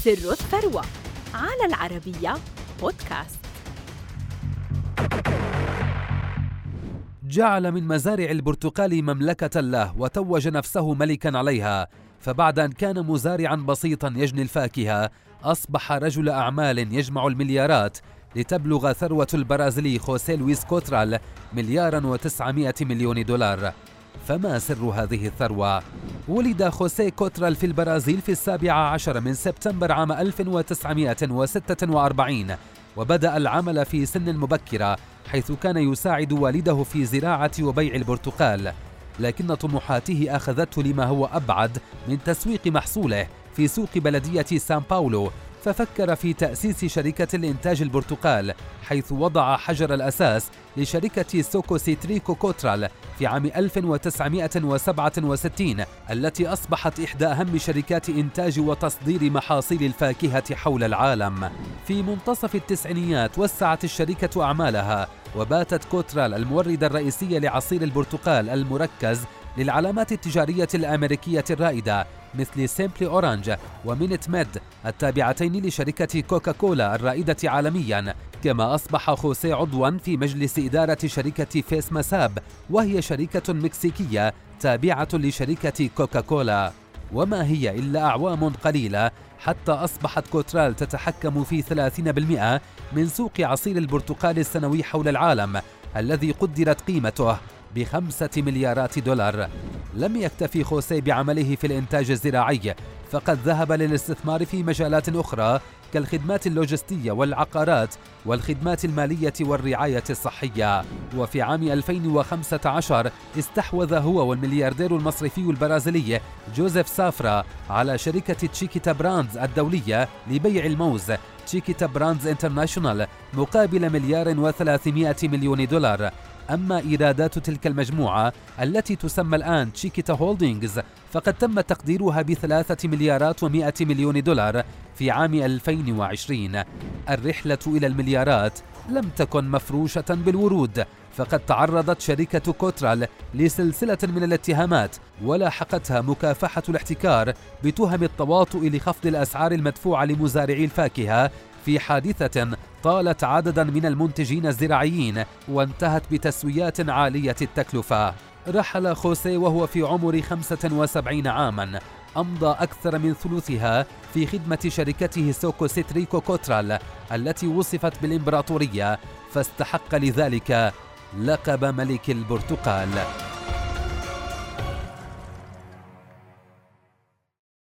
سر الثروة على العربية بودكاست. جعل من مزارع البرتقال مملكة له وتوج نفسه ملكا عليها، فبعد أن كان مزارعا بسيطا يجني الفاكهة أصبح رجل أعمال يجمع المليارات، لتبلغ ثروة البرازيلي خوسيه لويس كوترال $1,900,000,000. فما سر هذه الثروة؟ ولد خوسيه كوترال في البرازيل في 17 من سبتمبر عام 1946، وبدأ العمل في سن مبكرة، حيث كان يساعد والده في زراعة وبيع البرتقال، لكن طموحاته أخذته لما هو أبعد من تسويق محصوله في سوق بلدية سان باولو، ففكر في تأسيس شركة لإنتاج البرتقال، حيث وضع حجر الأساس لشركة سوكو سيتريكو كوترال في عام 1967، التي أصبحت إحدى أهم شركات إنتاج وتصدير محاصيل الفاكهة حول العالم. في منتصف التسعينيات وسعت الشركة أعمالها، وباتت كوترال الموردة الرئيسية لعصير البرتقال المركز للعلامات التجارية الأمريكية الرائدة مثل سيمبلي أورانج ومينت ميد التابعتين لشركة كوكاكولا الرائدة عالميا. كما أصبح خوسيه عضوا في مجلس إدارة شركة فيس مساب، وهي شركة مكسيكية تابعة لشركة كوكاكولا. وما هي إلا أعوام قليلة حتى أصبحت كوترال تتحكم في 30% من سوق عصير البرتقال السنوي حول العالم، الذي قدرت قيمته ب$5 مليارات. لم يكتفي خوسيه بعمله في الإنتاج الزراعي، فقد ذهب للاستثمار في مجالات أخرى كالخدمات اللوجستية والعقارات والخدمات المالية والرعاية الصحية. وفي عام 2015 استحوذ هو والملياردير المصرفي البرازيلي جوزيف سافرا على شركة تشيكيتا براندز الدولية لبيع الموز تشيكيتا براندز انترناشونال مقابل $1,300,000,000. أما إيرادات تلك المجموعة التي تسمى الآن تشيكيتا هولدينغز فقد تم تقديرها $3,100,000,000 في عام 2020. الرحلة إلى المليارات لم تكن مفروشة بالورود، فقد تعرضت شركة كوترال لسلسلة من الاتهامات، ولاحقتها مكافحة الاحتكار بتهم التواطؤ لخفض الأسعار المدفوعة لمزارعي الفاكهة في حادثة طالت عددا من المنتجين الزراعيين وانتهت بتسويات عالية التكلفة. رحل خوسيه وهو في عمر 75 عاما، أمضى أكثر من ثلثها في خدمة شركته سوكو سيتريكو كوترال التي وصفت بالإمبراطورية، فاستحق لذلك لقب ملك البرتقال.